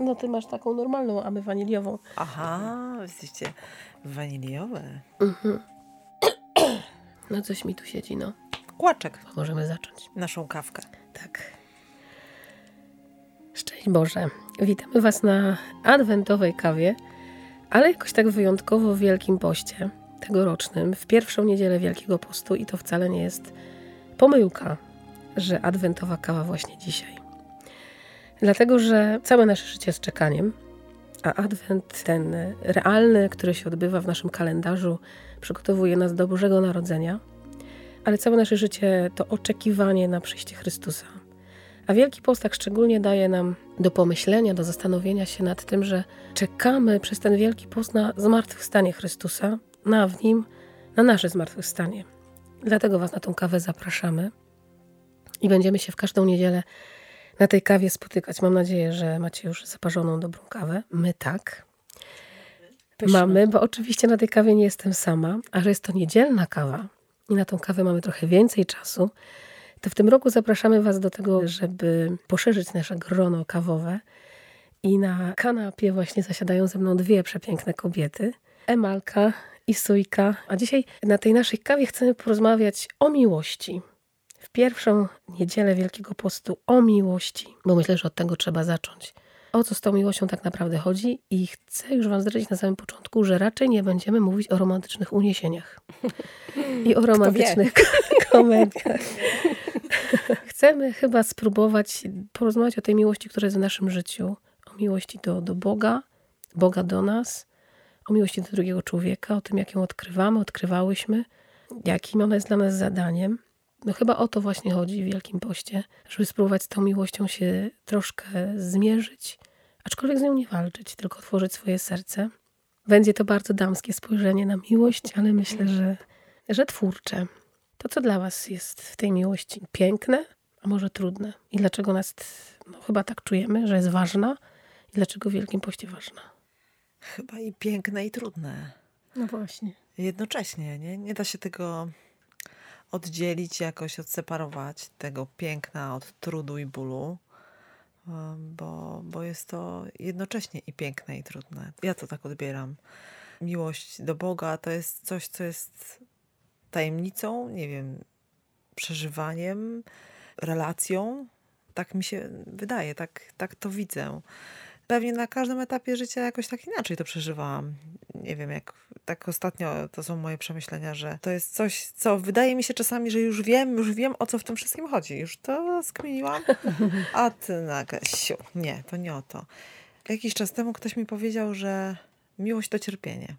No ty masz taką normalną, a my waniliową. Aha, jesteście waniliowe. No coś mi tu siedzi, no. Kłaczek. Możemy zacząć. Naszą kawkę. Tak. Szczęść Boże. Witamy Was na adwentowej kawie, ale jakoś tak wyjątkowo w Wielkim Poście tegorocznym, w pierwszą niedzielę Wielkiego Postu i to wcale nie jest pomyłka, że adwentowa kawa właśnie dzisiaj. Dlatego, że całe nasze życie jest czekaniem, a adwent ten realny, który się odbywa w naszym kalendarzu, przygotowuje nas do Bożego Narodzenia, ale całe nasze życie to oczekiwanie na przyjście Chrystusa. A Wielki Post tak szczególnie daje nam do pomyślenia, do zastanowienia się nad tym, że czekamy przez ten Wielki Post na zmartwychwstanie Chrystusa, w Nim na nasze zmartwychwstanie. Dlatego Was na tą kawę zapraszamy i będziemy się w każdą niedzielę na tej kawie spotykać. Mam nadzieję, że macie już zaparzoną dobrą kawę. My tak. Pyszne. Mamy, bo oczywiście na tej kawie nie jestem sama, a że jest to niedzielna kawa i na tą kawę mamy trochę więcej czasu, to w tym roku zapraszamy Was do tego, żeby poszerzyć nasze grono kawowe i na kanapie właśnie zasiadają ze mną dwie przepiękne kobiety, Emalka i Sójka. A dzisiaj na tej naszej kawie chcemy porozmawiać o miłości. W pierwszą niedzielę Wielkiego Postu o miłości, bo myślę, że od tego trzeba zacząć. O co z tą miłością tak naprawdę chodzi i chcę już Wam zdradzić na samym początku, że raczej nie będziemy mówić o romantycznych uniesieniach i o romantycznych komediach. Chcemy chyba spróbować porozmawiać o tej miłości, która jest w naszym życiu, o miłości do Boga, Boga do nas, o miłości do drugiego człowieka, o tym, jak ją odkrywamy, odkrywałyśmy, jakim ona jest dla nas zadaniem. No chyba o to właśnie chodzi w Wielkim Poście, żeby spróbować z tą miłością się troszkę zmierzyć, aczkolwiek z nią nie walczyć, tylko otworzyć swoje serce. Będzie to bardzo damskie spojrzenie na miłość, ale myślę, że twórcze. To, co dla Was jest w tej miłości piękne, a może trudne? I dlaczego nas chyba tak czujemy, że jest ważna? I dlaczego w Wielkim Poście ważna? Chyba i piękne, i trudne. No właśnie. Jednocześnie, nie? Nie da się tego oddzielić, jakoś odseparować, tego piękna od trudu i bólu, bo jest to jednocześnie i piękne, i trudne. Ja to tak odbieram. Miłość do Boga to jest coś, co jest tajemnicą, nie wiem, przeżywaniem, relacją. Tak mi się wydaje, tak to widzę. Pewnie na każdym etapie życia jakoś tak inaczej to przeżywałam. Nie wiem, jak tak ostatnio to są moje przemyślenia, że to jest coś, co wydaje mi się czasami, że już wiem, o co w tym wszystkim chodzi. Już to skminiłam, a ty nagle, nie, to nie o to. Jakiś czas temu ktoś mi powiedział, że miłość to cierpienie.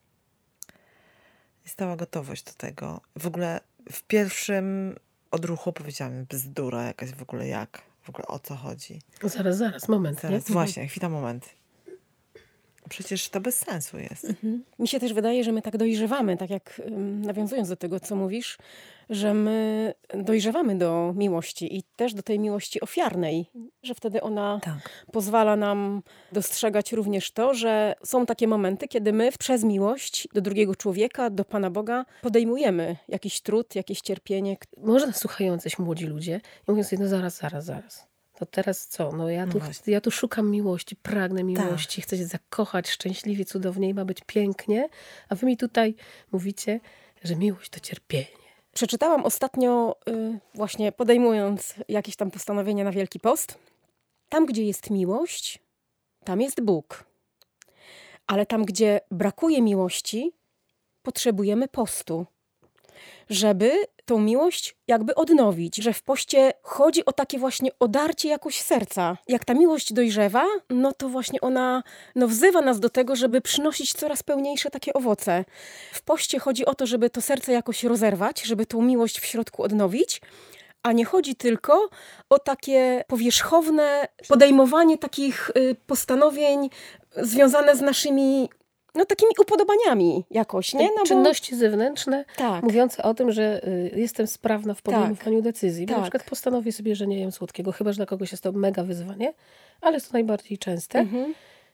I stała gotowość do tego. W ogóle w pierwszym odruchu powiedziałam, bzdura jakaś w ogóle jak? W ogóle o co chodzi? Zaraz, moment. Teraz Nie? właśnie, chwila, moment. Przecież to bez sensu jest. Mi się też wydaje, że my tak dojrzewamy, tak jak nawiązując do tego, co mówisz, że my dojrzewamy do miłości i też do tej miłości ofiarnej, że wtedy ona pozwala nam dostrzegać również to, że są takie momenty, kiedy my przez miłość do drugiego człowieka, do Pana Boga podejmujemy jakiś trud, jakieś cierpienie. Może nas słuchają jacyś młodzi ludzie i mówią sobie, no zaraz. To teraz co? No ja tu szukam miłości, pragnę miłości, chcę się zakochać szczęśliwie, cudownie i ma być pięknie, a wy mi tutaj mówicie, że miłość to cierpienie. Przeczytałam ostatnio, właśnie podejmując jakieś tam postanowienia na Wielki Post, tam gdzie jest miłość, tam jest Bóg. Ale tam gdzie brakuje miłości, potrzebujemy postu, żeby tą miłość jakby odnowić, że w poście chodzi o takie właśnie odarcie jakoś serca. Jak ta miłość dojrzewa, no to właśnie ona wzywa nas do tego, żeby przynosić coraz pełniejsze takie owoce. W poście chodzi o to, żeby to serce jakoś rozerwać, żeby tą miłość w środku odnowić, a nie chodzi tylko o takie powierzchowne podejmowanie takich postanowień związane z naszymi takimi upodobaniami jakoś, nie? Czynności zewnętrzne, tak, mówiące o tym, że jestem sprawna w podejmowaniu decyzji. Bo na przykład postanowię sobie, że nie jem słodkiego, chyba że dla kogoś jest to mega wyzwanie, ale jest to najbardziej częste.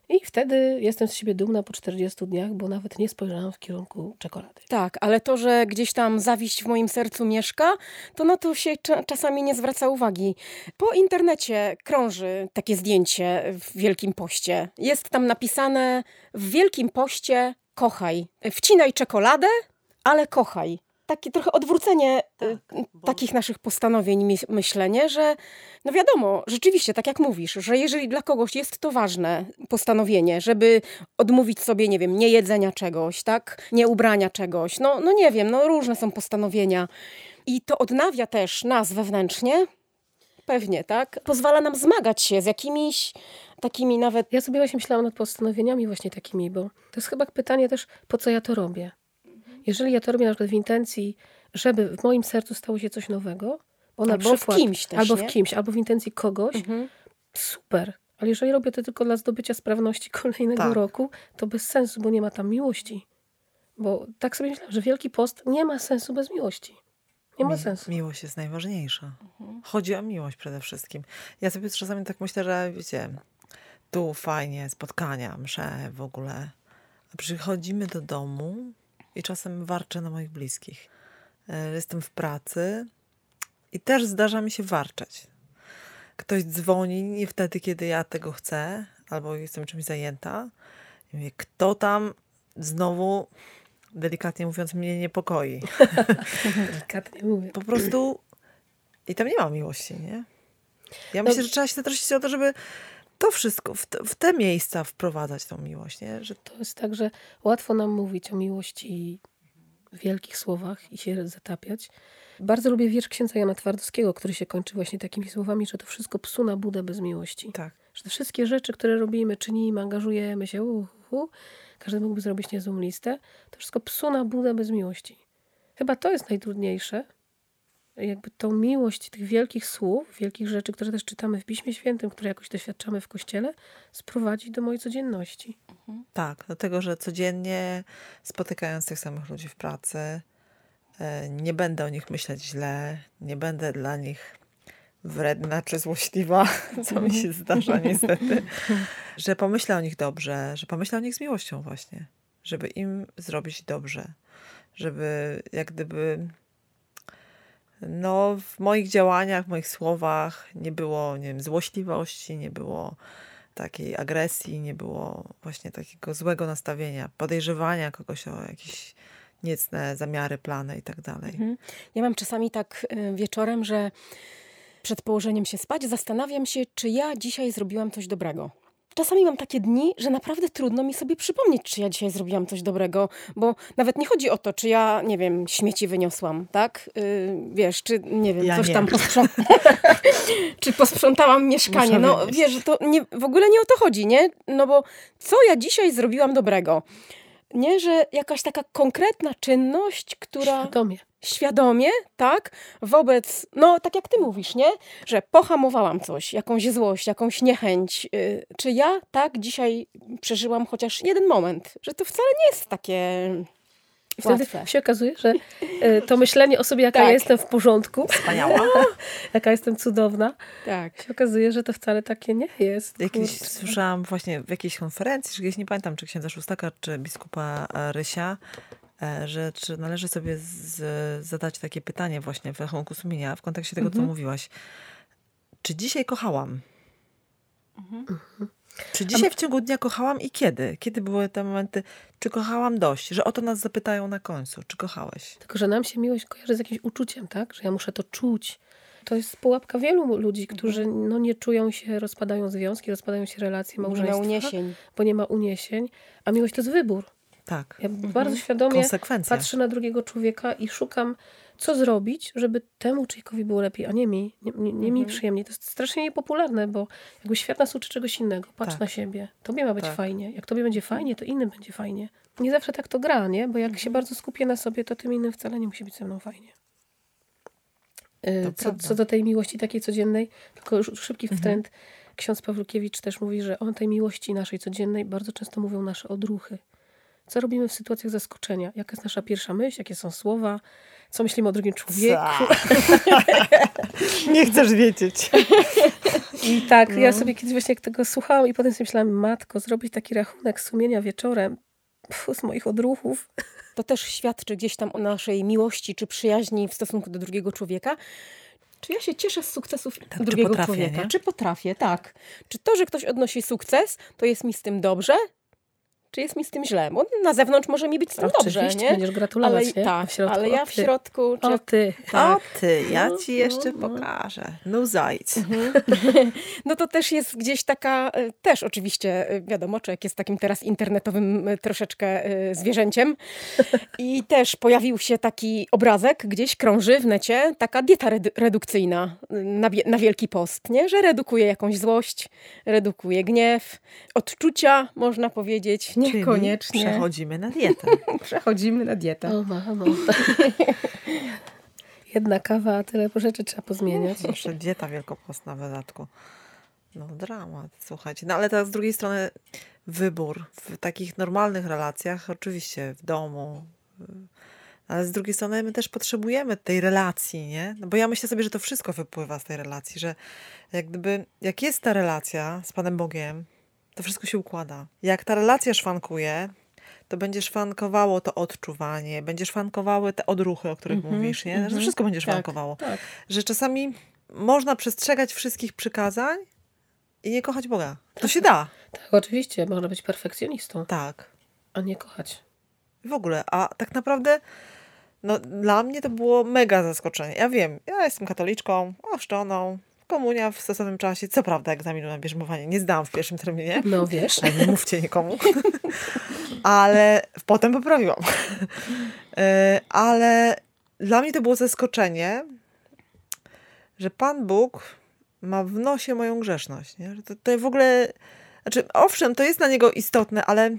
I wtedy jestem z siebie dumna po 40 dniach, bo nawet nie spojrzałam w kierunku czekolady. Tak, ale to, że gdzieś tam zawiść w moim sercu mieszka, to na to się czasami nie zwraca uwagi. Po internecie krąży takie zdjęcie w Wielkim Poście. Jest tam napisane: w Wielkim Poście kochaj. Wcinaj czekoladę, ale kochaj. Takie trochę odwrócenie takich naszych postanowień, myślenie, że no wiadomo, rzeczywiście, tak jak mówisz, że jeżeli dla kogoś jest to ważne postanowienie, żeby odmówić sobie, nie wiem, nie jedzenia czegoś, tak, nie ubrania czegoś, no nie wiem, no różne są postanowienia i to odnawia też nas wewnętrznie, pewnie, tak, pozwala nam zmagać się z jakimiś takimi nawet... Ja sobie właśnie myślałam nad postanowieniami właśnie takimi, bo to jest chyba pytanie też, po co ja to robię. Jeżeli ja to robię na przykład w intencji, żeby w moim sercu stało się coś nowego, bo na albo przykład, w kimś też, albo nie? w kimś, albo w intencji kogoś, super. Ale jeżeli robię to tylko dla zdobycia sprawności kolejnego roku, to bez sensu, bo nie ma tam miłości. Bo tak sobie myślałam, że Wielki Post nie ma sensu bez miłości. Nie ma sensu. Miłość jest najważniejsza. Chodzi o miłość przede wszystkim. Ja sobie czasami tak myślę, że wiecie, tu fajnie, spotkania, msze w ogóle. A przychodzimy do domu i czasem warczę na moich bliskich. Jestem w pracy i też zdarza mi się warczeć. Ktoś dzwoni nie wtedy, kiedy ja tego chcę, albo jestem czymś zajęta. I mówię, kto tam znowu, delikatnie mówiąc, mnie niepokoi. Delikatnie mówię. Po prostu i tam nie ma miłości, nie? Ja myślę, że trzeba się troszczyć o to, żeby to wszystko, w te miejsca wprowadzać tą miłość, nie? Że To jest tak, że łatwo nam mówić o miłości w wielkich słowach i się zatapiać. Bardzo lubię wiersz księdza Jana Twardowskiego, który się kończy właśnie takimi słowami, że to wszystko psu na budę bez miłości. tak. Że te wszystkie rzeczy, które robimy, czynimy, angażujemy się, każdy mógłby zrobić niezłą listę, to wszystko psu na budę bez miłości. Chyba to jest najtrudniejsze. Jakby tą miłość tych wielkich słów, wielkich rzeczy, które też czytamy w Piśmie Świętym, które jakoś doświadczamy w Kościele, sprowadzić do mojej codzienności. Tak, dlatego, że codziennie spotykając tych samych ludzi w pracy, nie będę o nich myśleć źle, nie będę dla nich wredna czy złośliwa, co mi się zdarza niestety, że pomyślę o nich dobrze, że pomyślę o nich z miłością właśnie, żeby im zrobić dobrze, żeby jak gdyby no, w moich działaniach, w moich słowach nie było, nie wiem, złośliwości, nie było takiej agresji, nie było właśnie takiego złego nastawienia, podejrzewania kogoś o jakieś niecne zamiary, plany i tak dalej. Ja mam czasami tak wieczorem, że przed położeniem się spać zastanawiam się, czy ja dzisiaj zrobiłam coś dobrego. Czasami mam takie dni, że naprawdę trudno mi sobie przypomnieć, czy ja dzisiaj zrobiłam coś dobrego, bo nawet nie chodzi o to, czy ja, nie wiem, śmieci wyniosłam, tak? Wiesz, czy, nie wiem, Ja coś nie. tam czy posprzątałam mieszkanie. Muszę No, wynieść. wiesz, że to w ogóle nie o to chodzi, nie? No bo co ja dzisiaj zrobiłam dobrego? Nie, że jakaś taka konkretna czynność, która... Świadomie, tak, wobec, no tak jak ty mówisz, nie? Że pohamowałam coś, jakąś złość, jakąś niechęć. Czy ja tak dzisiaj przeżyłam chociaż jeden moment, że to wcale nie jest takie I wtedy łatwe. się okazuje, że to myślenie o sobie, jaka ja jestem w porządku, Wspaniała. jaka jestem cudowna, Tak. się okazuje, że to wcale takie nie jest. Jakieś Kurczę. słyszałam właśnie w jakiejś konferencji, że gdzieś nie pamiętam, czy księdza Szóstaka, czy biskupa Rysia, że czy należy sobie zadać takie pytanie właśnie w rachunku sumienia w kontekście tego, co mówiłaś. Czy dzisiaj kochałam? Czy dzisiaj w ciągu dnia kochałam i kiedy? Kiedy były te momenty, czy kochałam dość? Że o to nas zapytają na końcu. Czy kochałeś? Tylko, że nam się miłość kojarzy z jakimś uczuciem, tak? Że ja muszę to czuć. To jest pułapka wielu ludzi, którzy no, nie czują się, rozpadają związki, rozpadają się relacje, Nie małżeństwa. ma uniesień. Bo nie ma uniesień. A miłość to jest wybór. Tak. Ja bardzo świadomie Konsekwencja. patrzę na drugiego człowieka i szukam, co zrobić, żeby temu człowiekowi było lepiej, a nie mi. Nie mi przyjemniej. To jest strasznie niepopularne, bo jakby świat nas uczy czegoś innego. Patrz Tak. na siebie. Tobie ma być Tak. fajnie. Jak tobie będzie fajnie, to innym będzie fajnie. Nie zawsze tak to gra, nie? Bo jak się bardzo skupię na sobie, to tym innym wcale nie musi być ze mną fajnie. Co do tej miłości takiej codziennej, tylko już szybki wtręt. Ksiądz Pawlukiewicz też mówi, że o tej miłości naszej codziennej bardzo często mówią nasze odruchy. Co robimy w sytuacjach zaskoczenia? Jaka jest nasza pierwsza myśl? Jakie są słowa? co myślimy o drugim człowieku. Nie chcesz wiedzieć. I tak, ja sobie kiedyś właśnie jak tego słuchałam i potem sobie myślałam, matko, zrobić taki rachunek sumienia wieczorem z moich odruchów. To też świadczy gdzieś tam o naszej miłości czy przyjaźni w stosunku do drugiego człowieka. Czy ja się cieszę z sukcesów drugiego człowieka? Nie? Czy potrafię, tak. Czy to, że ktoś odnosi sukces, to jest mi z tym dobrze? Czy jest mi z tym źle? Bo na zewnątrz może mi być z tym dobrze, nie? Będziesz gratulować, ale, nie? Tak, w środku, ale ja w środku... O ty. Tak. O ty, ja ci jeszcze pokażę. No zajdź. No to też jest gdzieś taka, też oczywiście, wiadomo, człowiek jest takim teraz internetowym troszeczkę zwierzęciem i też pojawił się taki obrazek, gdzieś krąży w necie, taka dieta redukcyjna na Wielki Post, nie? Że redukuje jakąś złość, redukuje gniew, odczucia, można powiedzieć, niekoniecznie. Czyli przechodzimy na dietę. Przechodzimy na dietę. O mamo. Jedna kawa, a tyle rzeczy trzeba pozmieniać. Jeszcze dieta wielkopostna w dodatku. No dramat, słuchajcie. No ale teraz z drugiej strony wybór w takich normalnych relacjach, oczywiście w domu, ale z drugiej strony my też potrzebujemy tej relacji, nie? No bo ja myślę sobie, że to wszystko wypływa z tej relacji, że jak jest ta relacja z Panem Bogiem, to wszystko się układa. Jak ta relacja szwankuje, to będzie szwankowało to odczuwanie, będzie szwankowały te odruchy, o których mówisz, nie? Że wszystko będzie szwankowało. Tak. Że czasami można przestrzegać wszystkich przykazań i nie kochać Boga. To się da. Tak, oczywiście, można być perfekcjonistą, Tak. a nie kochać. W ogóle. A tak naprawdę no, dla mnie to było mega zaskoczenie. Ja wiem, ja jestem katoliczką, ochrzczoną, komunia w stosownym czasie. Co prawda egzaminu na bierzmowanie nie zdałam w pierwszym terminie. No wiesz. Ale nie mówcie nikomu. Ale potem poprawiłam. Ale dla mnie to było zaskoczenie, że Pan Bóg ma w nosie moją grzeszność. Nie? Że to w ogóle... Znaczy, owszem, to jest dla Niego istotne, ale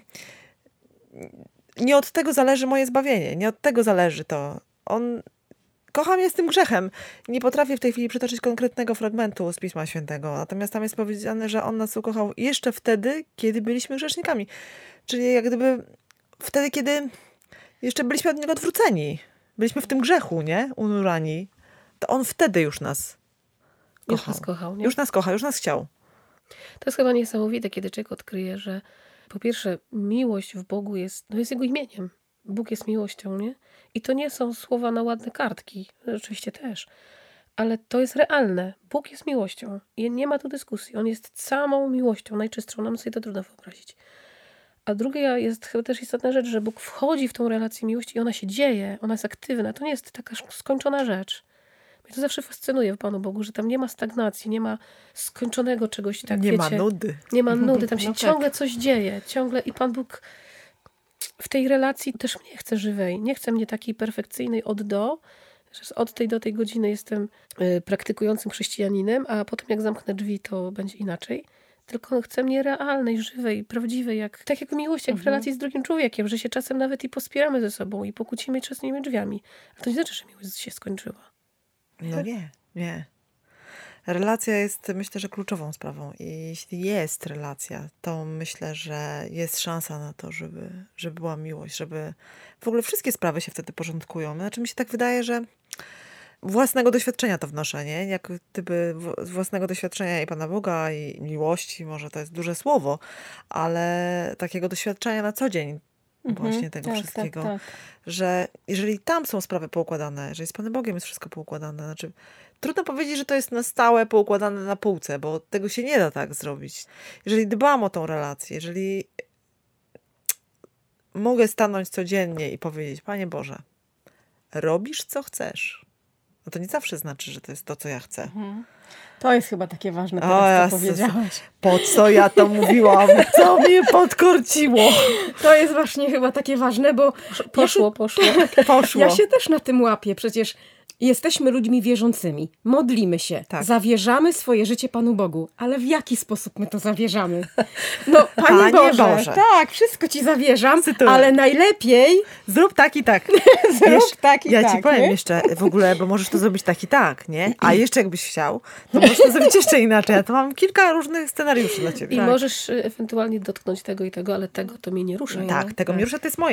nie od tego zależy moje zbawienie. Nie od tego zależy to. On kocha mnie z tym grzechem. Nie potrafię w tej chwili przytoczyć konkretnego fragmentu z Pisma Świętego. Natomiast tam jest powiedziane, że On nas ukochał jeszcze wtedy, kiedy byliśmy grzesznikami. Czyli jak gdyby wtedy, kiedy jeszcze byliśmy od Niego odwróceni. Byliśmy w tym grzechu, nie? Unurani. To On wtedy już nas kochał. Już nas kochał, nie? Już nas kocha, już nas chciał. To jest chyba niesamowite, kiedy człowiek odkryje, że po pierwsze miłość w Bogu jest Jego imieniem. Bóg jest miłością, nie? I to nie są słowa na ładne kartki. Oczywiście też. Ale to jest realne. Bóg jest miłością. I nie ma tu dyskusji. On jest samą miłością, najczystszą. Nam sobie to trudno wyobrazić. A druga jest chyba też istotna rzecz, że Bóg wchodzi w tą relację miłości i ona się dzieje. Ona jest aktywna. To nie jest taka skończona rzecz. Mnie to zawsze fascynuje w Panu Bogu, że tam nie ma stagnacji, nie ma skończonego czegoś. Tak, Nie wiecie, ma nudy. Nie ma nudy. Tam się No tak. ciągle coś dzieje. Ciągle. I Pan Bóg w tej relacji też mnie chce żywej. Nie chce mnie takiej perfekcyjnej od do, że od tej do tej godziny jestem praktykującym chrześcijaninem, a potem jak zamknę drzwi, to będzie inaczej. Tylko on chce mnie realnej, żywej, prawdziwej, tak jak w miłości, jak w relacji z drugim człowiekiem, że się czasem nawet i pospieramy ze sobą i pokłócimy czasami drzwiami. Ale to nie znaczy, że miłość się skończyła. No nie. Relacja jest, myślę, że kluczową sprawą. I jeśli jest relacja, to myślę, że jest szansa na to, żeby była miłość, żeby w ogóle wszystkie sprawy się wtedy porządkują. Znaczy mi się tak wydaje, że własnego doświadczenia to wnoszę, nie? Jak gdyby z własnego doświadczenia i Pana Boga, i miłości, może to jest duże słowo, ale takiego doświadczenia na co dzień właśnie tego wszystkiego, Tak. że jeżeli tam są sprawy poukładane, jeżeli z Panem Bogiem jest wszystko poukładane, znaczy trudno powiedzieć, że to jest na stałe poukładane na półce, bo tego się nie da tak zrobić. Jeżeli dbam o tą relację, jeżeli mogę stanąć codziennie i powiedzieć, Panie Boże, robisz co chcesz, no to nie zawsze znaczy, że to jest to, co ja chcę. To jest chyba takie ważne teraz, co powiedziałaś. Po co ja to mówiłam? Co mnie podkorciło? To jest właśnie chyba takie ważne, bo Poszło. ja się też na tym łapię. Przecież jesteśmy ludźmi wierzącymi. Modlimy się. Tak. Zawierzamy swoje życie Panu Bogu. Ale w jaki sposób my to zawierzamy? No, Panie Boże. Tak, wszystko Ci zawierzam, ale najlepiej zrób tak i tak. zrób tak i ja tak. Ci powiem nie? jeszcze w ogóle, bo możesz to zrobić tak i tak, nie? A jeszcze jakbyś chciał, to możesz to zrobić jeszcze inaczej. Ja to mam kilka różnych scenariuszy dla Ciebie. I możesz ewentualnie dotknąć tego i tego, ale tego to mnie nie rusza. Tak, tego mnie rusza, to jest moje.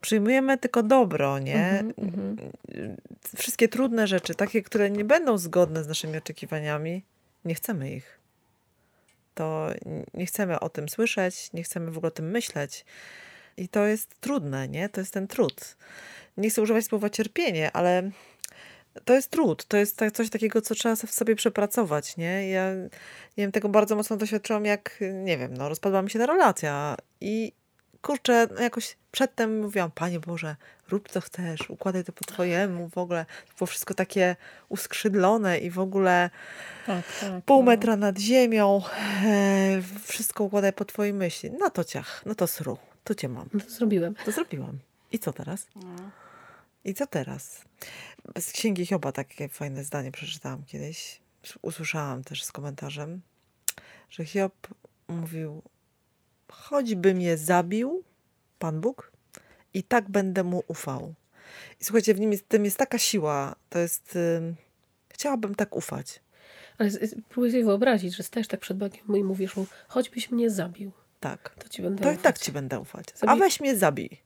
Przyjmujemy tylko dobro, nie? Wszystkie trudne rzeczy, takie, które nie będą zgodne z naszymi oczekiwaniami, nie chcemy ich. To nie chcemy o tym słyszeć, nie chcemy w ogóle o tym myśleć. I to jest trudne, nie? To jest ten trud. Nie chcę używać słowa cierpienie, ale to jest trud. To jest coś takiego, co trzeba w sobie przepracować, nie? Ja nie wiem, tego bardzo mocno doświadczyłam, jak, nie wiem, no, rozpadła mi się ta relacja i kurczę, no jakoś przedtem mówiłam, Panie Boże, rób co chcesz, układaj to po twojemu, w ogóle było wszystko takie uskrzydlone i w ogóle pół metra nad ziemią, wszystko układaj po twojej myśli. No to ciach, no to sru, to cię mam. No to zrobiłem. To zrobiłam. I co teraz? I co teraz? Z Księgi Hioba takie fajne zdanie przeczytałam kiedyś. Usłyszałam też z komentarzem, że Hiob mówił, choćby mnie zabił Pan Bóg i tak będę mu ufał. I słuchajcie, w tym jest taka siła, to jest, chciałabym tak ufać. Ale próbuję sobie wyobrazić, że stajesz tak przed Bogiem i mówisz mu, choćbyś mnie zabił. Tak. To ci będę To ufać. i tak ci będę ufać. A weź mnie zabij.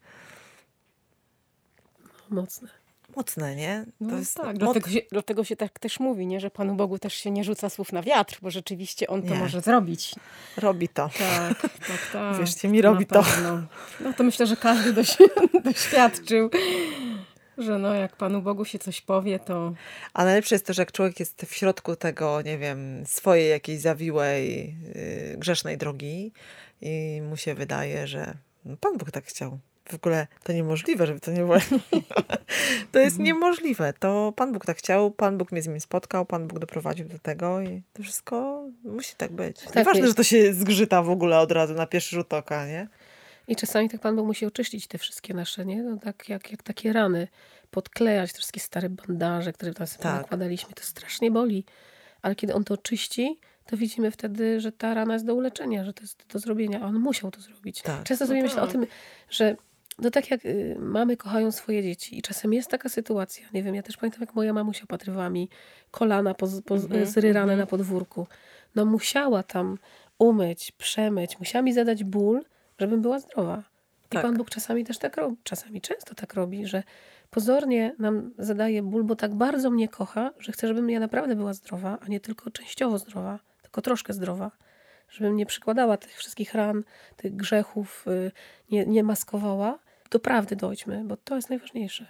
No, mocne. Mocne, nie? No To jest tak, dlatego się tak też mówi, nie? Że Panu Bogu też się nie rzuca słów na wiatr, bo rzeczywiście On to może zrobić. Robi to. Tak. Wierzcie mi, robi to. No to myślę, że każdy doświadczył, że no jak Panu Bogu się coś powie, to... A najlepsze jest to, że jak człowiek jest w środku tego, nie wiem, swojej jakiejś zawiłej, grzesznej drogi i mu się wydaje, że Pan Bóg tak chciał. W ogóle to niemożliwe, żeby to nie było. To jest niemożliwe. To Pan Bóg tak chciał, Pan Bóg mnie z nim spotkał, Pan Bóg doprowadził do tego i to wszystko musi tak być. Tak Nieważne, jest. że to się zgrzyta w ogóle od razu na pierwszy rzut oka, nie? I czasami tak Pan Bóg musi oczyścić te wszystkie nasze, nie? No tak jak takie rany, podklejać te wszystkie stare bandaże, które tam sobie nakładaliśmy. To strasznie boli. Ale kiedy On to czyści, to widzimy wtedy, że ta rana jest do uleczenia, że to jest do zrobienia. A On musiał to zrobić. Tak. Często sobie myślę o tym, że no tak jak mamy kochają swoje dzieci i czasem jest taka sytuacja, nie wiem, ja też pamiętam, jak moja mamusia opatrywała mi kolana zryrane na podwórku. No musiała tam umyć, przemyć, musiała mi zadać ból, żebym była zdrowa. I Tak. Pan Bóg czasami też tak robi, czasami często tak robi, że pozornie nam zadaje ból, bo tak bardzo mnie kocha, że chce, żebym ja naprawdę była zdrowa, a nie tylko częściowo zdrowa, tylko troszkę zdrowa. Żebym nie przykładała tych wszystkich ran, tych grzechów, nie maskowała. Do prawdy dojdźmy, bo to jest najważniejsze.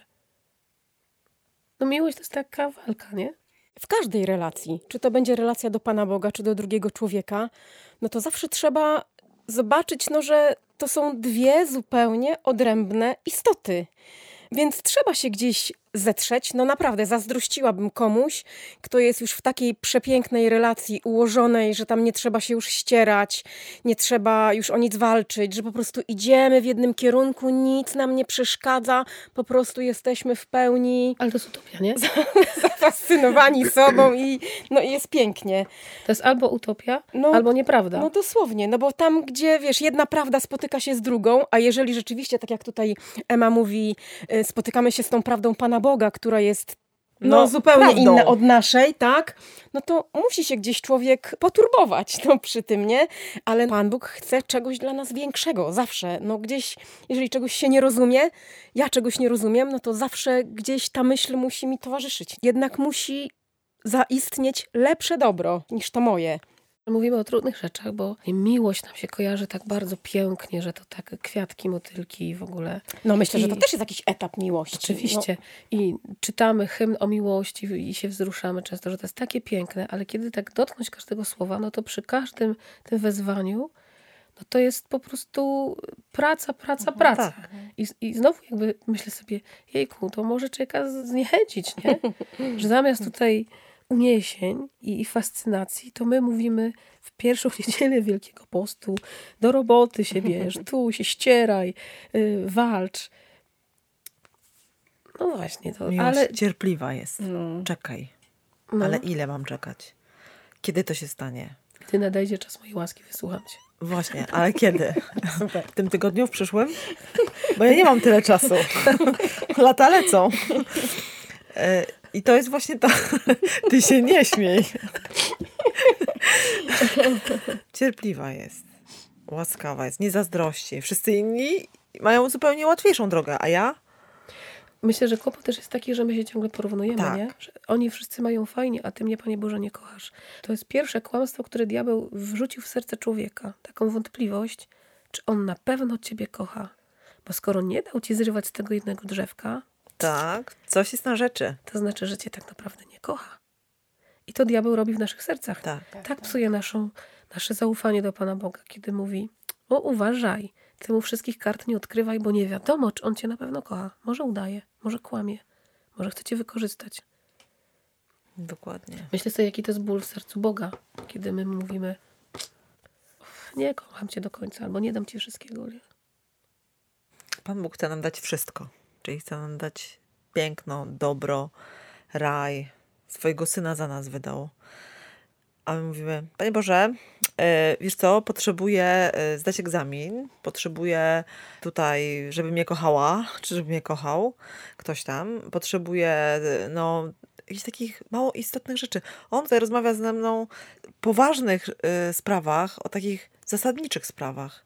No miłość to jest taka walka, nie? W każdej relacji, czy to będzie relacja do Pana Boga, czy do drugiego człowieka, no to zawsze trzeba zobaczyć, no, że to są dwie zupełnie odrębne istoty. Więc trzeba się gdzieś zetrzeć. No naprawdę, zazdrościłabym komuś, kto jest już w takiej przepięknej relacji ułożonej, że tam nie trzeba się już ścierać, nie trzeba już o nic walczyć, że po prostu idziemy w jednym kierunku, nic nam nie przeszkadza, po prostu jesteśmy w pełni Ale to jest utopia, nie? zafascynowani sobą i jest pięknie. To jest albo utopia, albo nieprawda. No dosłownie, no bo tam, gdzie, wiesz, jedna prawda spotyka się z drugą, a jeżeli rzeczywiście, tak jak tutaj Ema mówi, spotykamy się z tą prawdą Pana Boga, która jest zupełnie prawdą. inna od naszej, tak? No to musi się gdzieś człowiek poturbować przy tym, nie? Ale Pan Bóg chce czegoś dla nas większego, zawsze. No gdzieś, jeżeli czegoś się nie rozumie, ja czegoś nie rozumiem, no to zawsze gdzieś ta myśl musi mi towarzyszyć. Jednak musi zaistnieć lepsze dobro niż to moje. Mówimy o trudnych rzeczach, bo miłość nam się kojarzy tak bardzo pięknie, że to tak kwiatki, motylki w ogóle. No myślę, że to też jest jakiś etap miłości. Oczywiście. I czytamy hymn o miłości i się wzruszamy często, że to jest takie piękne, ale kiedy tak dotknąć każdego słowa, no to przy każdym tym wezwaniu, no to jest po prostu praca. Tak. I znowu jakby myślę sobie, jejku, to może człowieka zniechęcić, nie? Że zamiast tutaj uniesień i fascynacji, to my mówimy w pierwszą niedzielę Wielkiego Postu, do roboty się bierz, tu się ścieraj, walcz. No właśnie. Miłość cierpliwa jest. No. Czekaj. No. Ale ile mam czekać? Kiedy to się stanie? Gdy nadejdzie czas mojej łaski, wysłucham cię. Właśnie, ale kiedy? W tym tygodniu, w przyszłym? Bo ja nie mam tyle czasu. Lata lecą. I to jest właśnie to. Ty się nie śmiej. Cierpliwa jest. Łaskawa jest. Nie zazdrości. Wszyscy inni mają zupełnie łatwiejszą drogę, a ja? Myślę, że kłopot też jest taki, że my się ciągle porównujemy, Tak. nie? Że oni wszyscy mają fajnie, a ty mnie, Panie Boże, nie kochasz. To jest pierwsze kłamstwo, które diabeł wrzucił w serce człowieka. Taką wątpliwość, czy on na pewno ciebie kocha. Bo skoro nie dał ci zrywać z tego jednego drzewka, Tak, coś jest na rzeczy. to znaczy, że cię tak naprawdę nie kocha. I to diabeł robi w naszych sercach. Tak psuje nasze zaufanie do Pana Boga, kiedy mówi, uważaj, ty mu wszystkich kart nie odkrywaj, bo nie wiadomo, czy on cię na pewno kocha. Może udaje, może kłamie, może chce cię wykorzystać. Dokładnie. Myślę sobie, jaki to jest ból w sercu Boga, kiedy my mówimy, nie kocham cię do końca, albo nie dam ci wszystkiego. Nie? Pan Bóg chce nam dać wszystko. Czyli chce nam dać piękno, dobro, raj. Swojego Syna za nas wydał. A my mówimy, Panie Boże, wiesz co, potrzebuję zdać egzamin, potrzebuję tutaj, żeby mnie kochała, czy żeby mnie kochał ktoś tam, potrzebuję jakichś takich mało istotnych rzeczy. On tutaj rozmawia ze mną o poważnych sprawach, o takich zasadniczych sprawach.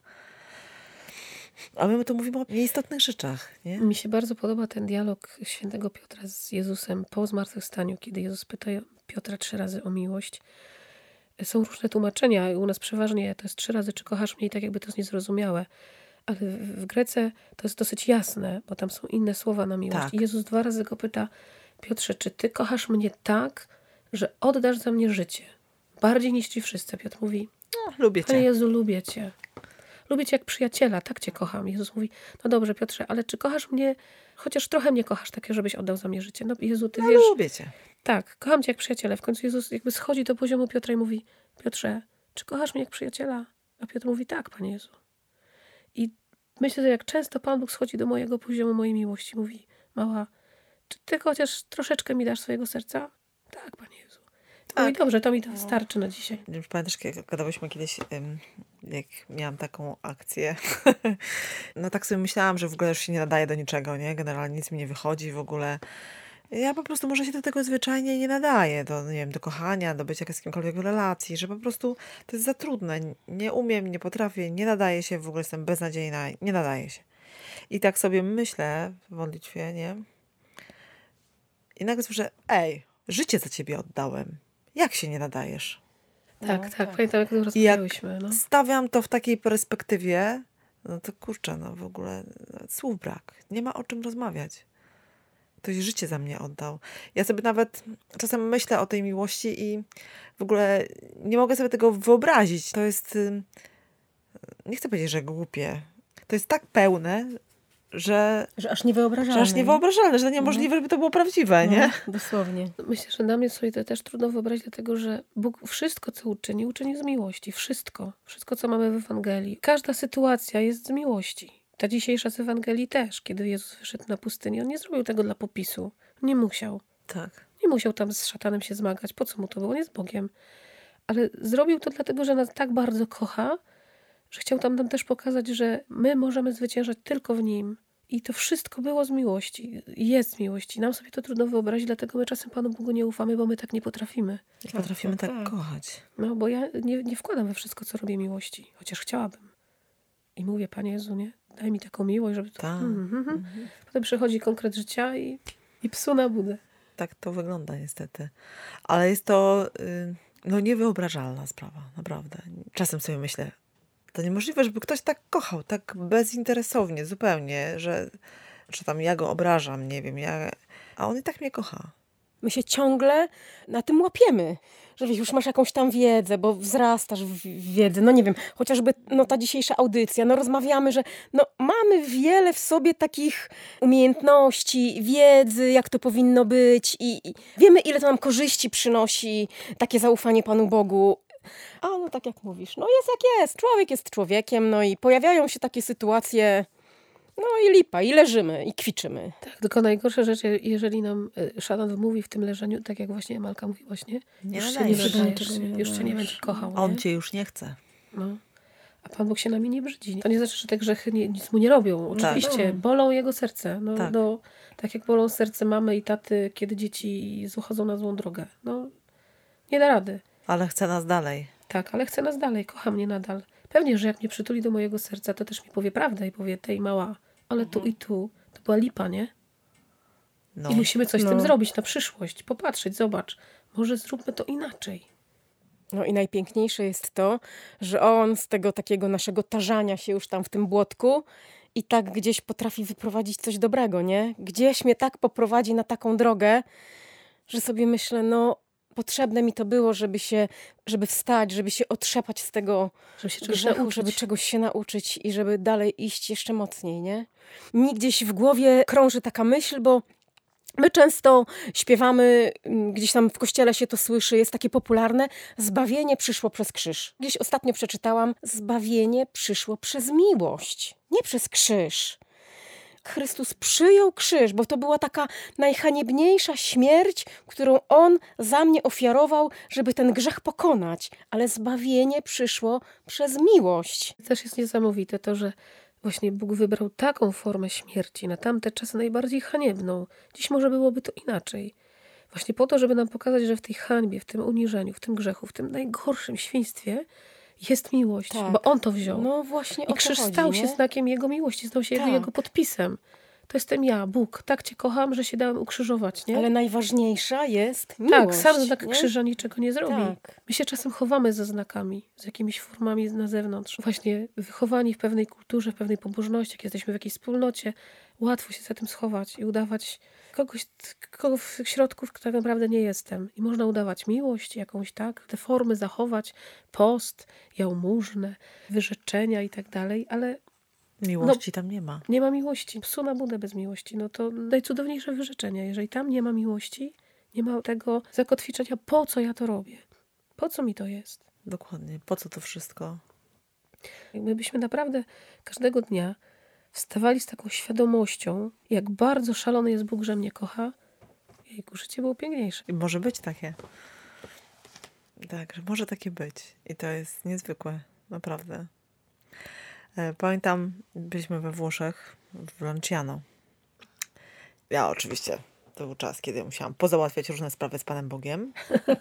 A my tu mówimy o nieistotnych rzeczach. Nie? Mi się bardzo podoba ten dialog świętego Piotra z Jezusem po zmartwychwstaniu, kiedy Jezus pyta Piotra 3 razy o miłość. Są różne tłumaczenia. U nas przeważnie to jest 3 razy, czy kochasz mnie, i tak jakby to jest niezrozumiałe. Ale w Grece to jest dosyć jasne, bo tam są inne słowa na miłość. Tak. I Jezus 2 razy go pyta, Piotrze, czy ty kochasz mnie tak, że oddasz za mnie życie? Bardziej niż ci wszyscy. Piotr mówi, Lubię Panie Cię. Jezu, lubię cię. Lubię cię jak przyjaciela, tak cię kocham. Jezus mówi, no dobrze, Piotrze, ale czy kochasz mnie, chociaż trochę mnie kochasz, takie, żebyś oddał za mnie życie? No Jezu, ty wiesz, Lubię Cię. tak, kocham cię jak przyjaciela. W końcu Jezus jakby schodzi do poziomu Piotra i mówi, Piotrze, czy kochasz mnie jak przyjaciela? A Piotr mówi, tak, Panie Jezu. I myślę, że jak często Pan Bóg schodzi do mojego poziomu, mojej miłości, mówi, mała, czy ty chociaż troszeczkę mi dasz swojego serca? Tak, Panie Jezu. Mówi, dobrze, to mi to wystarczy na dzisiaj. Nie wiem, pamiętasz, jak gadałyśmy kiedyś, jak miałam taką akcję. No tak sobie myślałam, że w ogóle już się nie nadaje do niczego, nie? Generalnie nic mi nie wychodzi w ogóle. Ja po prostu może się do tego zwyczajnie nie nadaję, do, nie wiem, do kochania, do bycia z kimkolwiek w relacji, że po prostu to jest za trudne. Nie umiem, nie potrafię, nie nadaję się, w ogóle jestem beznadziejna, nie nadaję się. I tak sobie myślę w modlitwie, nie? I nagle słyszę, życie za ciebie oddałem. Jak się nie nadajesz? Tak, pamiętam, jak to I rozmawiałyśmy. No. stawiam to w takiej perspektywie, no to kurczę, no w ogóle słów brak. Nie ma o czym rozmawiać. Ktoś życie za mnie oddał. Ja sobie nawet czasem myślę o tej miłości i w ogóle nie mogę sobie tego wyobrazić. To jest, nie chcę powiedzieć, że głupie. To jest tak pełne, że aż niewyobrażalne. Że niemożliwe, żeby to było prawdziwe, nie? Dosłownie. Myślę, że dla mnie sobie to też trudno wyobrazić, dlatego że Bóg wszystko, co uczynił z miłości. Wszystko. Wszystko, co mamy w Ewangelii. Każda sytuacja jest z miłości. Ta dzisiejsza z Ewangelii też. Kiedy Jezus wyszedł na pustynię, On nie zrobił tego dla popisu. Nie musiał. Tak. Nie musiał tam z szatanem się zmagać. Po co mu to było? On jest Bogiem. Ale zrobił to dlatego, że nas tak bardzo kocha, że chciał nam też pokazać, że my możemy zwyciężać tylko w Nim. I to wszystko było z miłości. Jest z miłości. Nam sobie to trudno wyobrazić, dlatego my czasem Panu Bogu nie ufamy, bo my tak nie potrafimy. Nie potrafimy tak kochać. No, bo ja nie wkładam we wszystko, co robię miłości. Chociaż chciałabym. I mówię, Panie Jezu, nie? Daj mi taką miłość, żeby to... Tak. Potem przychodzi konkret życia i psu na budę. Tak to wygląda niestety. Ale jest to niewyobrażalna sprawa, naprawdę. Czasem sobie myślę, to niemożliwe, żeby ktoś tak kochał, tak bezinteresownie, zupełnie, że tam ja go obrażam, nie wiem, a on i tak mnie kocha. My się ciągle na tym łapiemy, że wiesz, już masz jakąś tam wiedzę, bo wzrastasz w wiedzy, no nie wiem, chociażby ta dzisiejsza audycja, rozmawiamy, że mamy wiele w sobie takich umiejętności, wiedzy, jak to powinno być i wiemy, ile to nam korzyści przynosi takie zaufanie Panu Bogu. A tak jak mówisz, jest jak jest, człowiek jest człowiekiem, i pojawiają się takie sytuacje, i lipa, i leżymy, i kwiczymy. Tak, tylko najgorsza rzecz, jeżeli nam szatan wmówi w tym leżeniu, tak jak właśnie Amalka mówi właśnie, już się nie wydajesz, już cię nie będzie kochał. On nie? cię już nie chce. No. A Pan Bóg się nami nie brzydzi. To nie znaczy, że te grzechy nic mu nie robią. Oczywiście, bolą jego serce. Tak jak bolą serce mamy i taty, kiedy dzieci zachodzą na złą drogę. Nie da rady. Ale chce nas dalej. Tak, ale chce nas dalej, kocha mnie nadal. Pewnie, że jak mnie przytuli do mojego serca, to też mi powie prawdę i powie, tej mała, ale tu i tu, to była lipa, nie? No. I musimy coś z tym zrobić na przyszłość, popatrzeć, zobacz, może zróbmy to inaczej. No i najpiękniejsze jest to, że on z tego takiego naszego tarzania się już tam w tym błotku i tak gdzieś potrafi wyprowadzić coś dobrego, nie? Gdzieś mnie tak poprowadzi na taką drogę, że sobie myślę, no potrzebne mi to było, żeby wstać, żeby się otrzepać z tego Żeby się czegoś grzechu, nauczyć. żeby czegoś się nauczyć i żeby dalej iść jeszcze mocniej, nie? Mi gdzieś w głowie krąży taka myśl, bo my często śpiewamy, gdzieś tam w kościele się to słyszy, jest takie popularne, zbawienie przyszło przez krzyż. Gdzieś ostatnio przeczytałam, zbawienie przyszło przez miłość, nie przez krzyż. Chrystus przyjął krzyż, bo to była taka najhaniebniejsza śmierć, którą On za mnie ofiarował, żeby ten grzech pokonać. Ale zbawienie przyszło przez miłość. Też jest niesamowite to, że właśnie Bóg wybrał taką formę śmierci na tamte czasy najbardziej haniebną. Dziś może byłoby to inaczej. Właśnie po to, żeby nam pokazać, że w tej hańbie, w tym uniżeniu, w tym grzechu, w tym najgorszym świństwie jest miłość, Tak. bo On to wziął. No właśnie I o to krzyż chodzi, stał się nie? znakiem Jego miłości, stał się Tak. Jego podpisem. To jestem ja, Bóg. Tak Cię kocham, że się dałem ukrzyżować, nie? Ale najważniejsza jest miłość. Tak, sam znak nie? krzyża niczego nie zrobi. Tak. My się czasem chowamy za znakami, z jakimiś formami na zewnątrz. Właśnie wychowani w pewnej kulturze, w pewnej pobożności, jak jesteśmy w jakiejś wspólnocie, łatwo się za tym schować i udawać kogoś, kogo w środku tak naprawdę nie jestem. I można udawać miłość jakąś, tak, te formy zachować, post, jałmużnę, wyrzeczenia i tak dalej, ale Miłości tam nie ma. nie ma miłości. Psu na budę bez miłości. No to najcudowniejsze wyrzeczenie. Jeżeli tam nie ma miłości, nie ma tego zakotwiczenia, po co ja to robię? Po co mi to jest? Dokładnie. Po co to wszystko? My byśmy naprawdę każdego dnia wstawali z taką świadomością, jak bardzo szalony jest Bóg, że mnie kocha. Jejku, życie było piękniejsze. I może być takie. Tak, że może takie być. I to jest niezwykłe. Naprawdę. Pamiętam, byliśmy we Włoszech, w Lanciano. Ja oczywiście, to był czas, kiedy musiałam pozałatwiać różne sprawy z Panem Bogiem.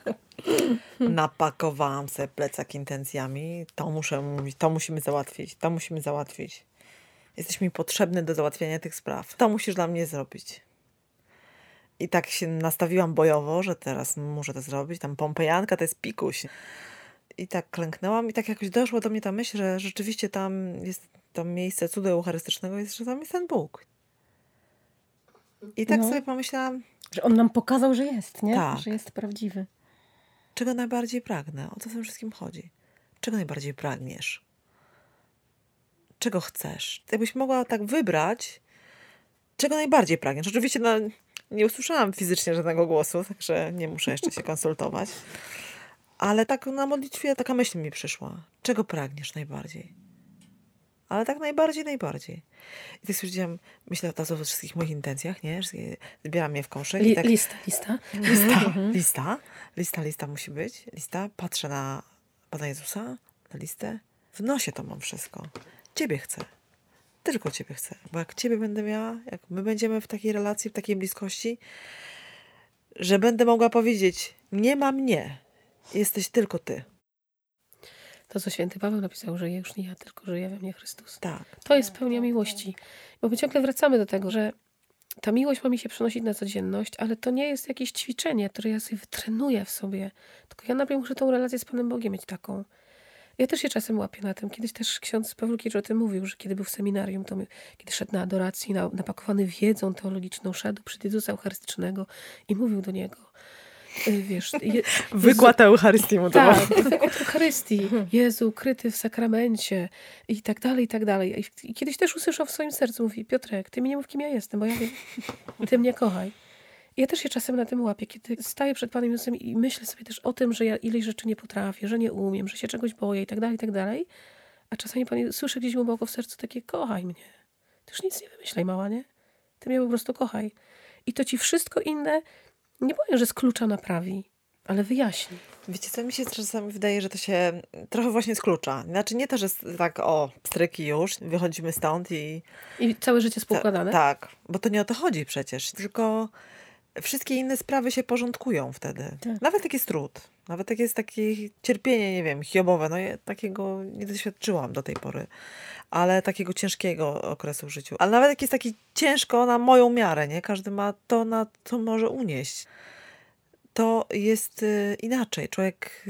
Napakowałam sobie plecak intencjami. To muszę mówić, to musimy załatwić, to musimy załatwić. Jesteś mi potrzebny do załatwiania tych spraw. To musisz dla mnie zrobić. I tak się nastawiłam bojowo, że teraz muszę to zrobić. Tam Pompejanka to jest pikuś. I tak klęknęłam i tak jakoś doszła do mnie ta myśl, że rzeczywiście tam jest to miejsce cudu eucharystycznego, jest, że tam jest ten Bóg. I tak sobie pomyślałam, Że On nam pokazał, że jest, nie? Tak. Że jest prawdziwy. czego najbardziej pragnę? O co w tym wszystkim chodzi? Czego najbardziej pragniesz? Czego chcesz? Jakbyś mogła tak wybrać, czego najbardziej pragniesz. Oczywiście nie usłyszałam fizycznie żadnego głosu, także nie muszę jeszcze się konsultować. Ale tak na modlitwie taka myśl mi przyszła. Czego pragniesz najbardziej? Ale tak najbardziej. I tak stwierdziłam, myślę o wszystkich moich intencjach, nie? Zbieram je w koszyk. I tak, lista musi być. Lista, patrzę na Pana Jezusa, na listę. W nosie to mam wszystko. Ciebie chcę. Tylko Ciebie chcę. Bo jak Ciebie będę miała, jak my będziemy w takiej relacji, w takiej bliskości, że będę mogła powiedzieć, nie ma mnie. Jesteś tylko Ty. To, co święty Paweł napisał, że już nie ja, tylko żyje we mnie Chrystus. Tak. To jest pełnia miłości. Bo my ciągle wracamy do tego, że ta miłość ma mi się przenosić na codzienność, ale to nie jest jakieś ćwiczenie, które ja sobie wytrenuję w sobie. Tylko ja najpierw muszę tą relację z Panem Bogiem mieć taką. Ja też się czasem łapię na tym. Kiedyś też ksiądz Pawłowicz o tym mówił, że kiedy był w seminarium, to kiedy szedł na adoracji, napakowany wiedzą teologiczną, szedł przed Jezusa Eucharystycznego i mówił do Niego. Wiesz, Wykład Eucharystii mu to tak, wykład Eucharystii. Jezu, ukryty w sakramencie i tak dalej, i tak dalej. I kiedyś też usłyszał w swoim sercu, mówi, Piotrek, ty mi nie mów, kim ja jestem, bo ja wiem, ty mnie kochaj. I ja też się czasem na tym łapię, kiedy staję przed Panem Jezusem i myślę sobie też o tym, że ja ileś rzeczy nie potrafię, że nie umiem, że się czegoś boję i tak dalej, i tak dalej. A czasami słyszę gdzieś głęboko w sercu takie, kochaj mnie. Ty już nic nie wymyślaj, mała, nie? Ty mnie po prostu kochaj. I to ci wszystko inne, nie powiem, że z klucza naprawi, ale wyjaśni. Wiecie co, mi się czasami wydaje, że to się trochę właśnie z klucza. Znaczy nie to, że tak pstryki już, wychodzimy stąd i I całe życie spoukładane? tak, bo to nie o to chodzi przecież. Tylko wszystkie inne sprawy się porządkują wtedy. Tak. Nawet jak jest trud, nawet jak jest takie cierpienie, nie wiem, hiobowe, no ja takiego nie doświadczyłam do tej pory, ale takiego ciężkiego okresu w życiu. Ale nawet jak jest taki ciężko na moją miarę, nie? Każdy ma to, na co może unieść. To jest inaczej. Człowiek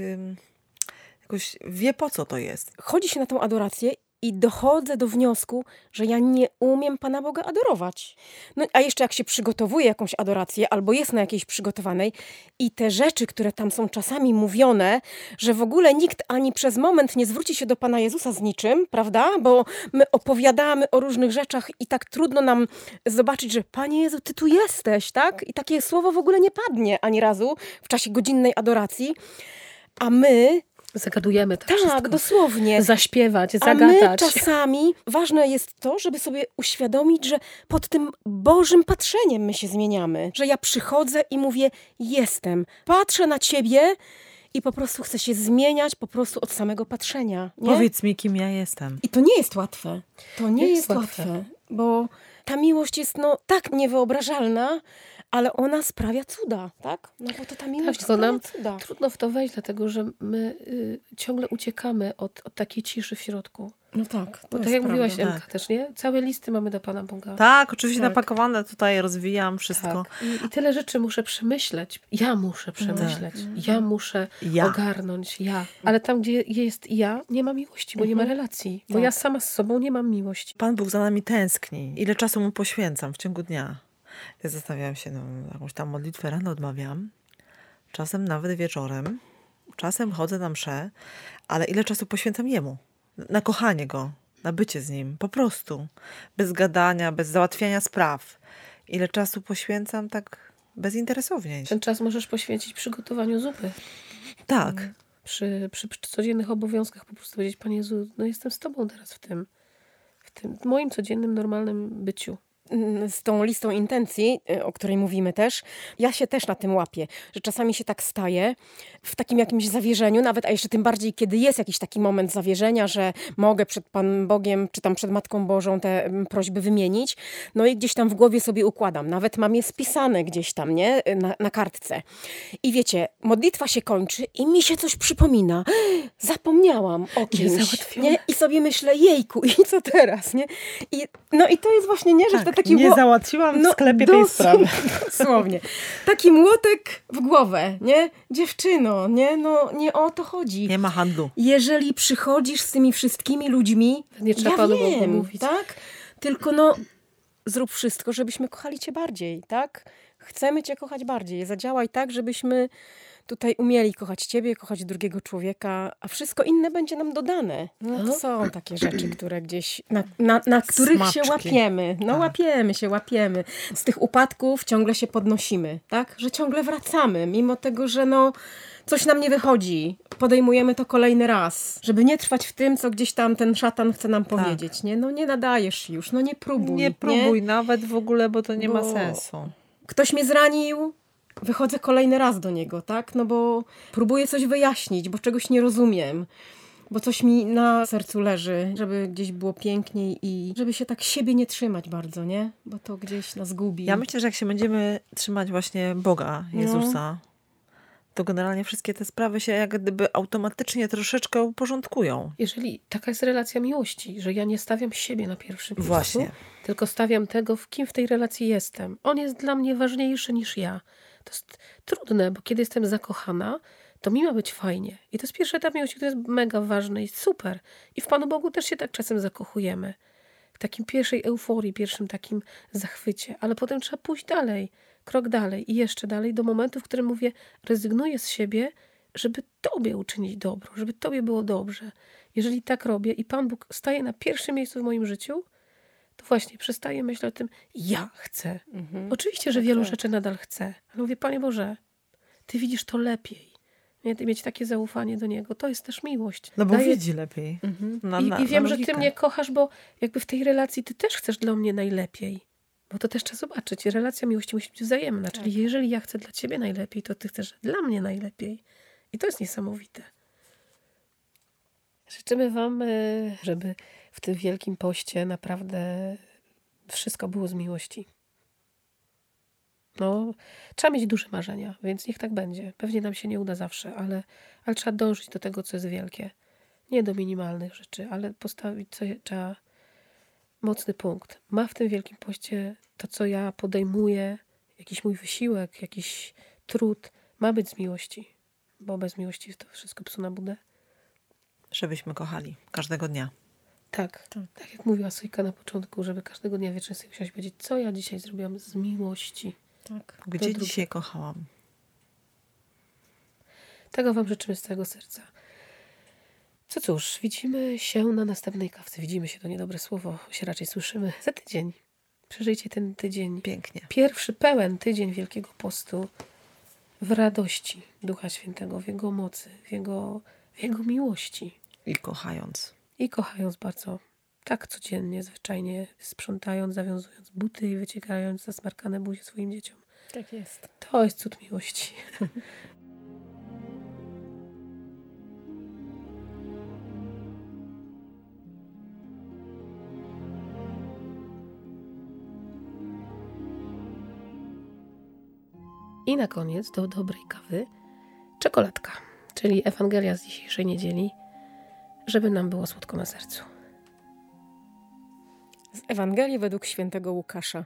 jakoś wie, po co to jest. Chodzi się na tą adorację i dochodzę do wniosku, że ja nie umiem Pana Boga adorować. No a jeszcze jak się przygotowuje jakąś adorację, albo jest na jakiejś przygotowanej i te rzeczy, które tam są czasami mówione, że w ogóle nikt ani przez moment nie zwróci się do Pana Jezusa z niczym, prawda? Bo my opowiadamy o różnych rzeczach i tak trudno nam zobaczyć, że Panie Jezu, Ty tu jesteś, tak? I takie słowo w ogóle nie padnie ani razu w czasie godzinnej adoracji, a my... Zagadujemy to Tak, wszystko. dosłownie. Zaśpiewać, A my zagadać. czasami, ważne jest to, żeby sobie uświadomić, że pod tym Bożym patrzeniem my się zmieniamy. Że ja przychodzę i mówię, jestem. Patrzę na Ciebie i po prostu chcę się zmieniać po prostu od samego patrzenia. Nie? Powiedz mi, kim ja jestem. I to nie jest łatwe. To nie Jest jest łatwe. łatwe, bo ta miłość jest tak niewyobrażalna, ale ona sprawia cuda, tak? No bo to ta miłość tylko sprawia nam cuda. trudno w to wejść, dlatego że my ciągle uciekamy od takiej ciszy w środku. No tak, Bo to tak jest jak mówiłaś, prawda. Emka, też, nie? Całe listy mamy do Pana Boga. Tak, oczywiście Tak. napakowane tutaj rozwijam wszystko. Tak. I tyle rzeczy muszę przemyśleć. Ja muszę przemyśleć. Ja muszę Ja. ogarnąć. Ale tam, gdzie jest ja, nie ma miłości, bo nie ma relacji. Bo Tak. ja sama z sobą nie mam miłości. Pan Bóg za nami tęskni. Ile czasu mu poświęcam w ciągu dnia? Ja zastanawiam się, jakąś tam modlitwę rano odmawiam. Czasem nawet wieczorem. Czasem chodzę na mszę. Ale ile czasu poświęcam jemu? Na kochanie go. Na bycie z nim. Po prostu. Bez gadania, bez załatwiania spraw. Ile czasu poświęcam tak bezinteresownie. Ten czas możesz poświęcić przygotowaniu zupy. Tak. Przy codziennych obowiązkach po prostu powiedzieć, Panie Jezu, jestem z Tobą teraz w tym moim codziennym, normalnym byciu. Z tą listą intencji, o której mówimy też, ja się też na tym łapię, że czasami się tak staje w takim jakimś zawierzeniu, nawet, a jeszcze tym bardziej, kiedy jest jakiś taki moment zawierzenia, że mogę przed Panem Bogiem, czy tam przed Matką Bożą te prośby wymienić, no i gdzieś tam w głowie sobie układam. Nawet mam je spisane gdzieś tam, nie? Na kartce. I wiecie, modlitwa się kończy i mi się coś przypomina. Zapomniałam o kimś. Niezałatwione. Nie? I sobie myślę, jejku, i co teraz, nie? I to jest właśnie, nie, że Tak, to taki nie załatwiłam w sklepie tej sprawy. Dosłownie. Taki młotek w głowę, nie? Dziewczyno, nie? No nie o to chodzi. Nie ma handlu. Jeżeli przychodzisz z tymi wszystkimi ludźmi, Nie trzeba ja Panu Bogu wiem, mówić. tak? Tylko zrób wszystko, żebyśmy kochali Cię bardziej, tak? Chcemy Cię kochać bardziej. Zadziałaj tak, żebyśmy tutaj umieli kochać Ciebie, kochać drugiego człowieka, a wszystko inne będzie nam dodane. No to są takie rzeczy, które gdzieś, na których Smaczki. się łapiemy. No Tak. łapiemy. Z tych upadków ciągle się podnosimy, tak? Że ciągle wracamy, mimo tego, że coś nam nie wychodzi. Podejmujemy to kolejny raz, żeby nie trwać w tym, co gdzieś tam ten szatan chce nam powiedzieć, nie? No nie nadajesz się już, nie próbuj. Nie próbuj nawet w ogóle, bo to nie ma Bo- sensu. Ktoś mnie zranił, wychodzę kolejny raz do niego, tak? No bo próbuję coś wyjaśnić, bo czegoś nie rozumiem. Bo coś mi na sercu leży, żeby gdzieś było piękniej i żeby się tak siebie nie trzymać bardzo, nie? Bo to gdzieś nas gubi. Ja myślę, że jak się będziemy trzymać właśnie Boga, Jezusa, to generalnie wszystkie te sprawy się jak gdyby automatycznie troszeczkę uporządkują. Jeżeli taka jest relacja miłości, że ja nie stawiam siebie na pierwszym miejscu, Właśnie. tylko stawiam tego, w kim w tej relacji jestem. On jest dla mnie ważniejszy niż ja. To jest trudne, bo kiedy jestem zakochana, to mi ma być fajnie. I to jest pierwszy etap miłości, który jest mega ważny i super. I w Panu Bogu też się tak czasem zakochujemy. W takim pierwszej euforii, pierwszym takim zachwycie. Ale potem trzeba pójść dalej, krok dalej i jeszcze dalej do momentu, w którym mówię, rezygnuję z siebie, żeby Tobie uczynić dobro, żeby Tobie było dobrze. Jeżeli tak robię i Pan Bóg staje na pierwszym miejscu w moim życiu, to właśnie przestaję myśleć o tym, ja chcę. Oczywiście, że wielu rzeczy nadal chcę, ale mówię, Panie Boże, Ty widzisz to lepiej. Nie? Ty mieć takie zaufanie do Niego, to jest też miłość. No bo Daje- widzi lepiej. I wiem, że Ty logikę. mnie kochasz, bo jakby w tej relacji Ty też chcesz dla mnie najlepiej. Bo to też trzeba zobaczyć. Relacja miłości musi być wzajemna. Czyli jeżeli ja chcę dla Ciebie najlepiej, to Ty chcesz dla mnie najlepiej. I to jest niesamowite. Życzymy Wam, żeby w tym Wielkim Poście naprawdę wszystko było z miłości. No, trzeba mieć duże marzenia, więc niech tak będzie. Pewnie nam się nie uda zawsze, ale trzeba dążyć do tego, co jest wielkie. Nie do minimalnych rzeczy, ale postawić trzeba mocny punkt. Ma w tym Wielkim Poście to, co ja podejmuję, jakiś mój wysiłek, jakiś trud, ma być z miłości. Bo bez miłości to wszystko psu na budę. Żebyśmy kochali każdego dnia. Tak jak mówiła Sojka na początku, żeby każdego dnia wieczorem sobie musiałaś powiedzieć, co ja dzisiaj zrobiłam z miłości. Tak. Gdzie dzisiaj kochałam? Tego wam życzymy z całego serca. Co cóż, widzimy się na następnej kawce. Widzimy się, to niedobre słowo, się raczej słyszymy za tydzień. Przeżyjcie ten tydzień. Pięknie. Pierwszy pełen tydzień Wielkiego Postu w radości Ducha Świętego, w Jego mocy, w Jego miłości. I kochając. I kochając bardzo, tak codziennie, zwyczajnie sprzątając, zawiązując buty i wyciekając zasmarkane buzie swoim dzieciom. Tak jest. To jest cud miłości. I na koniec do dobrej kawy czekoladka, czyli Ewangelia z dzisiejszej niedzieli, żeby nam było słodko na sercu. Z Ewangelii według świętego Łukasza.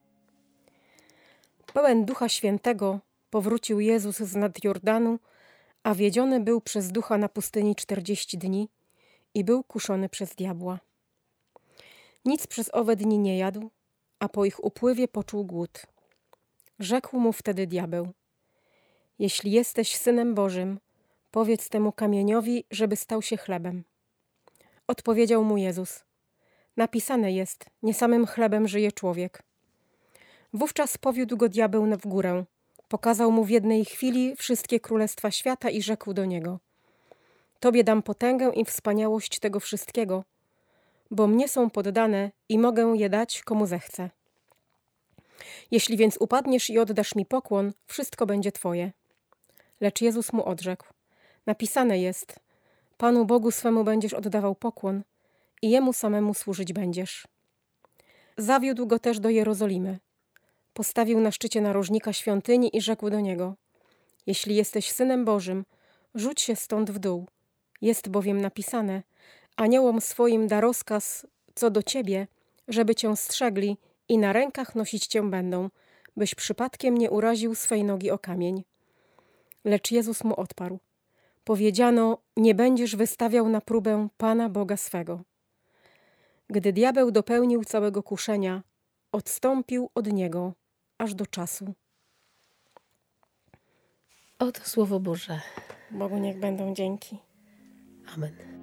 Pełen Ducha Świętego powrócił Jezus z nad Jordanu, a wiedziony był przez Ducha na pustyni 40 dni i był kuszony przez diabła. Nic przez owe dni nie jadł, a po ich upływie poczuł głód. Rzekł mu wtedy diabeł: jeśli jesteś Synem Bożym, powiedz temu kamieniowi, żeby stał się chlebem. Odpowiedział mu Jezus: napisane jest, nie samym chlebem żyje człowiek. Wówczas powiódł go diabeł w górę, pokazał mu w jednej chwili wszystkie królestwa świata i rzekł do niego: tobie dam potęgę i wspaniałość tego wszystkiego, bo mnie są poddane i mogę je dać komu zechcę. Jeśli więc upadniesz i oddasz mi pokłon, wszystko będzie twoje. Lecz Jezus mu odrzekł: napisane jest, Panu Bogu swemu będziesz oddawał pokłon i Jemu samemu służyć będziesz. Zawiódł go też do Jerozolimy. Postawił na szczycie narożnika świątyni i rzekł do niego: jeśli jesteś Synem Bożym, rzuć się stąd w dół. Jest bowiem napisane, aniołom swoim da rozkaz co do ciebie, żeby cię strzegli i na rękach nosić cię będą, byś przypadkiem nie uraził swej nogi o kamień. Lecz Jezus mu odparł: powiedziano, nie będziesz wystawiał na próbę Pana Boga swego. Gdy diabeł dopełnił całego kuszenia, odstąpił od niego aż do czasu. Oto Słowo Boże. Bogu niech będą dzięki. Amen.